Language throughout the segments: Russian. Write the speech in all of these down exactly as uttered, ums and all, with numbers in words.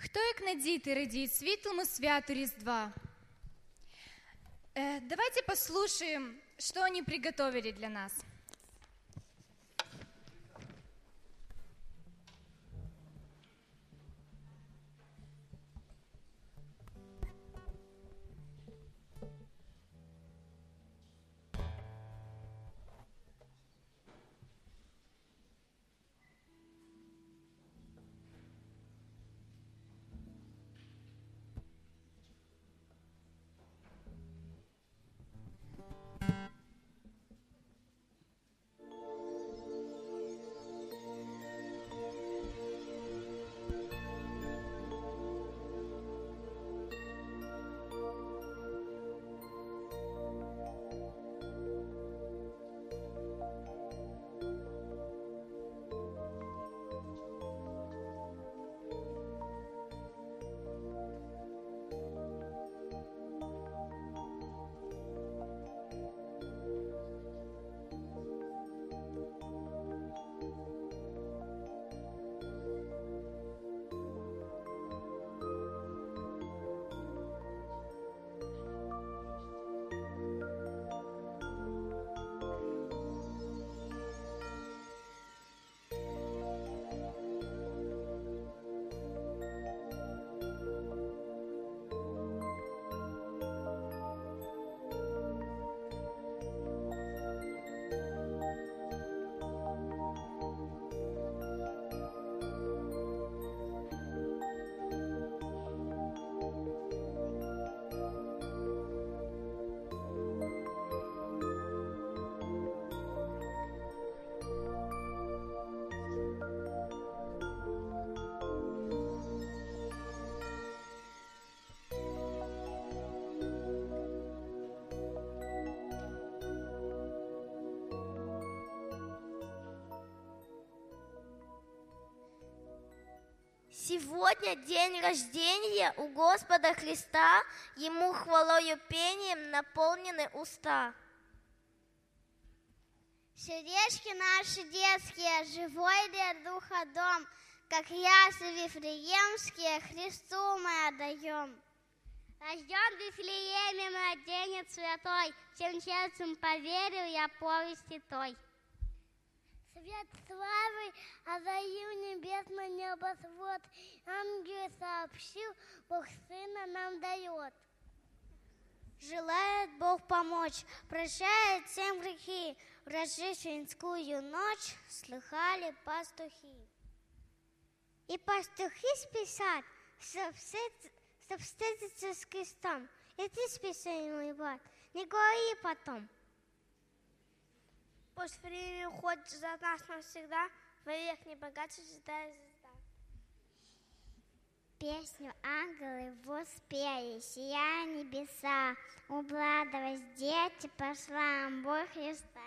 Хто, як не діти, радіють світлому святу Різдва? Э, давайте послушаем, что они приготовили для нас. Сегодня день рождения у Господа Христа, Ему хвалою пением наполнены уста. Сердечки наши детские, живой для духа дом, как ясли вифлеемские, Христу мы отдаем. Рожден в Вифлееме младенец святой, всем сердцем поверил я повести той. Свет славы озарил небесный небосвод, ангел сообщил, Бог Сына нам дает. Желает Бог помочь, прощает всем грехи, в рождественскую ночь слыхали пастухи. И пастухи спешат, чтоб встретиться с крестом, и ты спеши, мой брат, не говори потом. Пусть время уходит за нас навсегда, вовек не богаче седая звезда. Песню ангелы воспели, сияя небеса, обрадовались дети по славам Бога Христа.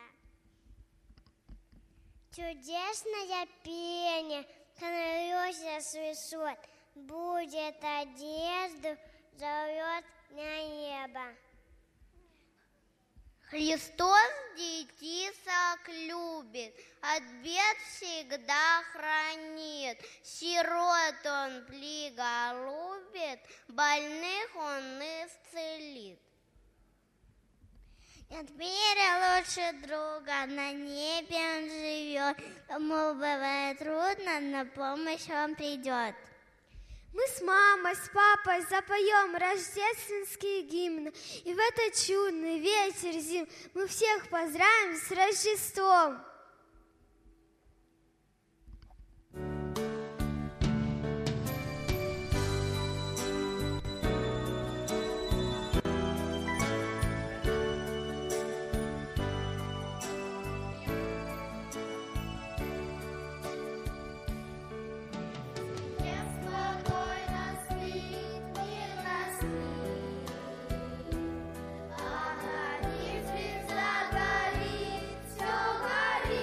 Чудесное пение, канарёся свисот, будет одежду, зовет на небо. Христос детисок любит, от бед всегда хранит. Сирот Он приголубит, больных Он исцелит. Нет в мире лучше друга, на небе Он живет, кому бывает трудно, на помощь Он придет. Мы с мамой, с папой запоем рождественский гимн, и в этот чудный вечер зим мы всех поздравим с Рождеством. Горит, все горит.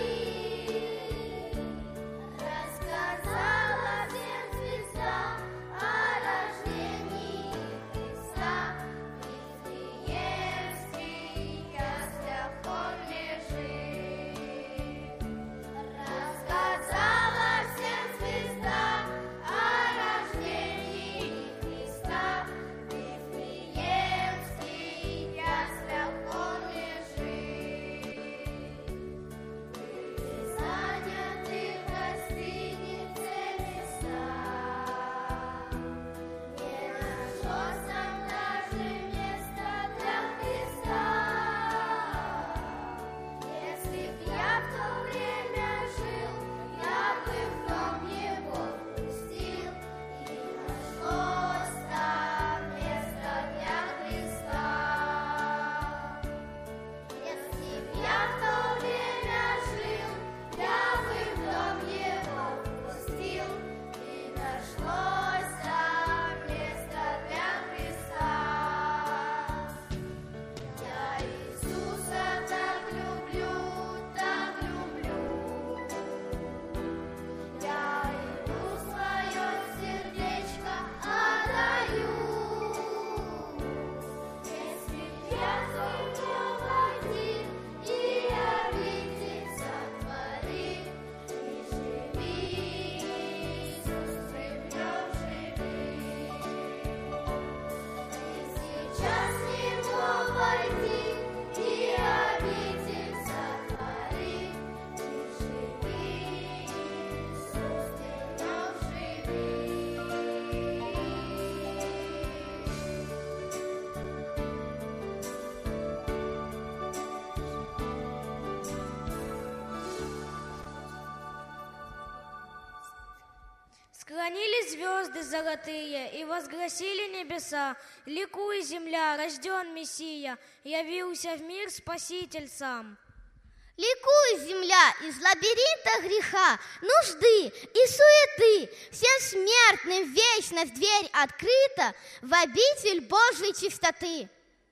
звезды золотые, и возгласили небеса: ликуй, земля, рожден Мессия, явился в мир Спаситель сам. Ликуй, земля, из лабиринта греха, нужды и суеты. Всем смертным вечность дверь открыта в обитель Божьей чистоты.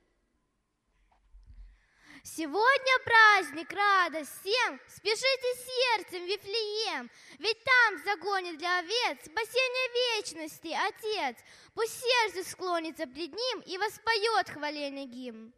Сегодня праздник, радость всем, спешите сердцем в Вифлеем, ведь там загонит для овец спасение вечности Отец. Пусть сердце склонится пред Ним и воспоет хваление гимн.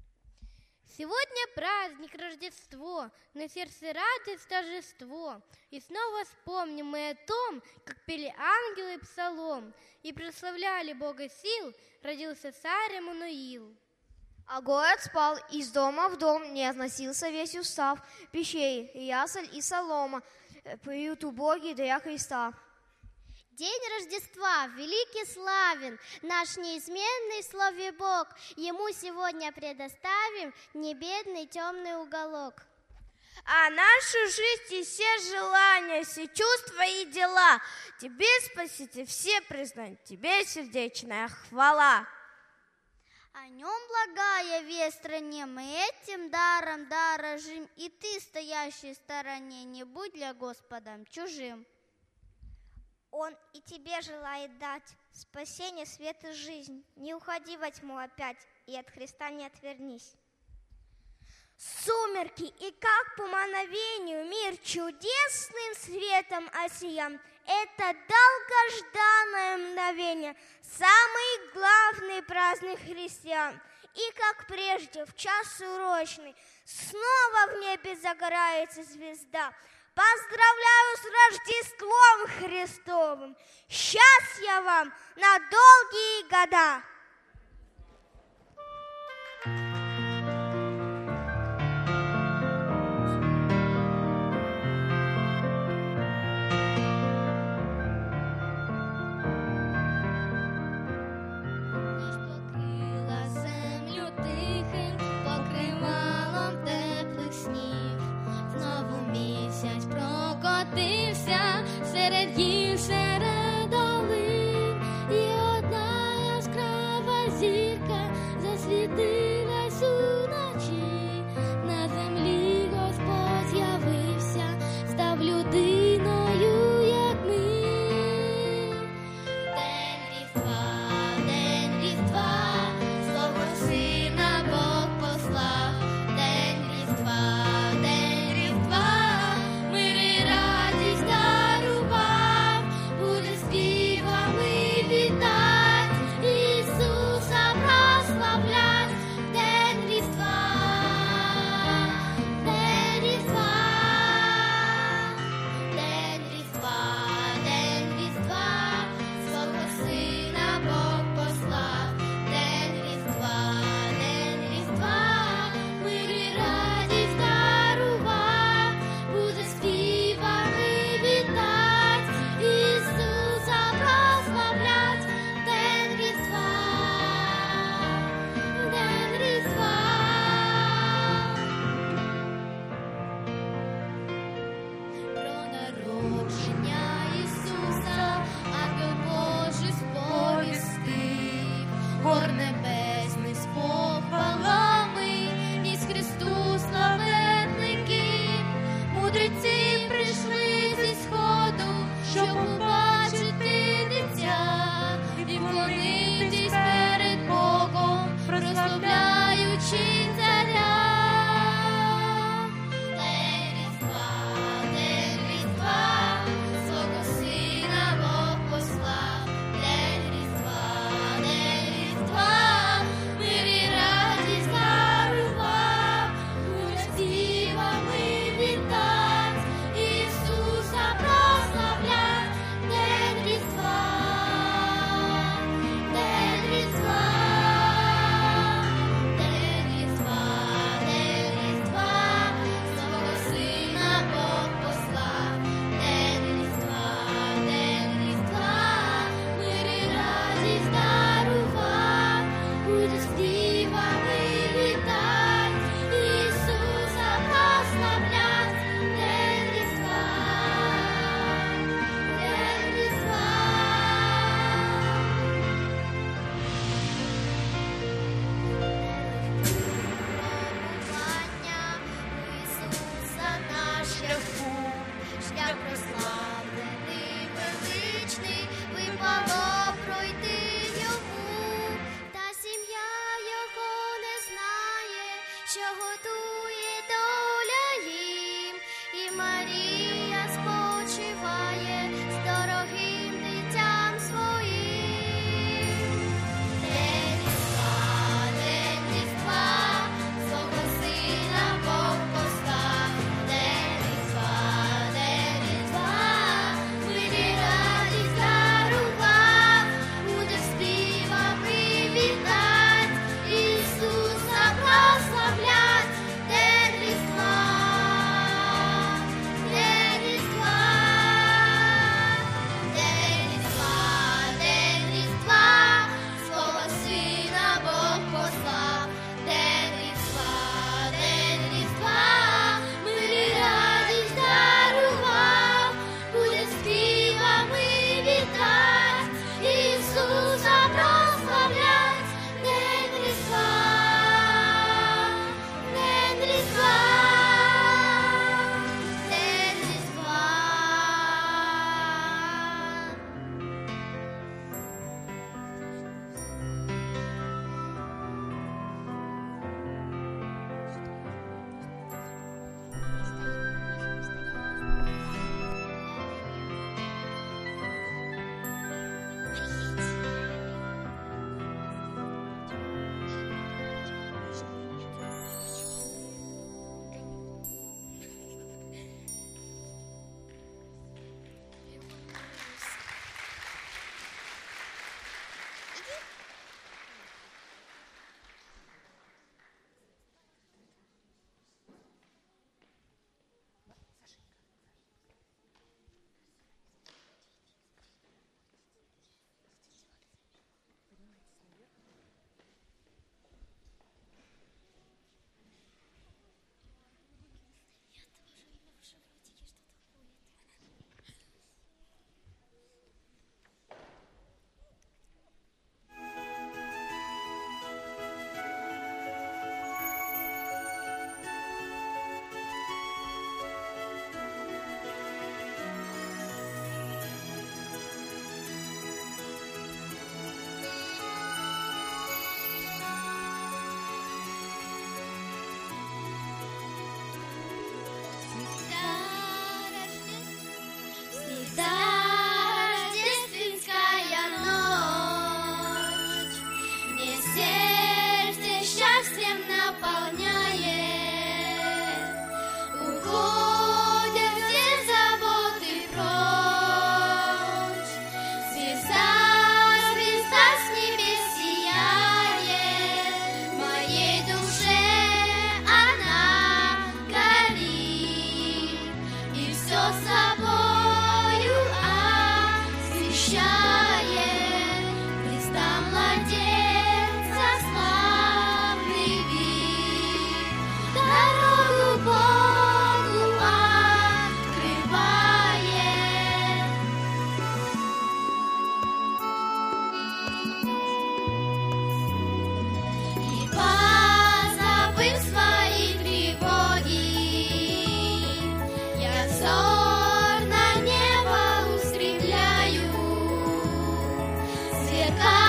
Сегодня праздник, Рождество, на сердце радость, торжество. И снова вспомним мы о том, как пели ангелы псалом, и прославляли Бога сил, родился царь Эммануил. А город спал, из дома в дом не относился весь устав, пищей, ясаль и солома, поют убогие для Христа. День Рождества великий славен, наш неизменный слове Бог, Ему сегодня предоставим небедный темный уголок. А нашу жизнь и все желания, все чувства и дела Тебе, Спаситель, все признают, Тебе сердечная хвала. О Нем благая весть стране, мы этим даром дорожим, и Ты, стоящий в стороне, не будь для Господа чужим. Он и тебе желает дать спасение, свет и жизнь. Не уходи во тьму опять, и от Христа не отвернись. Сумерки, и как по мановению мир чудесным светом осиян. Это долгожданное мгновение, самый главный праздник христиан. И как прежде, в час урочный, снова в небе загорается звезда. Поздравляю с Рождеством Христовым! Счастья вам на долгие года! Серед гір, серед долин, і одна яскрава сверкает.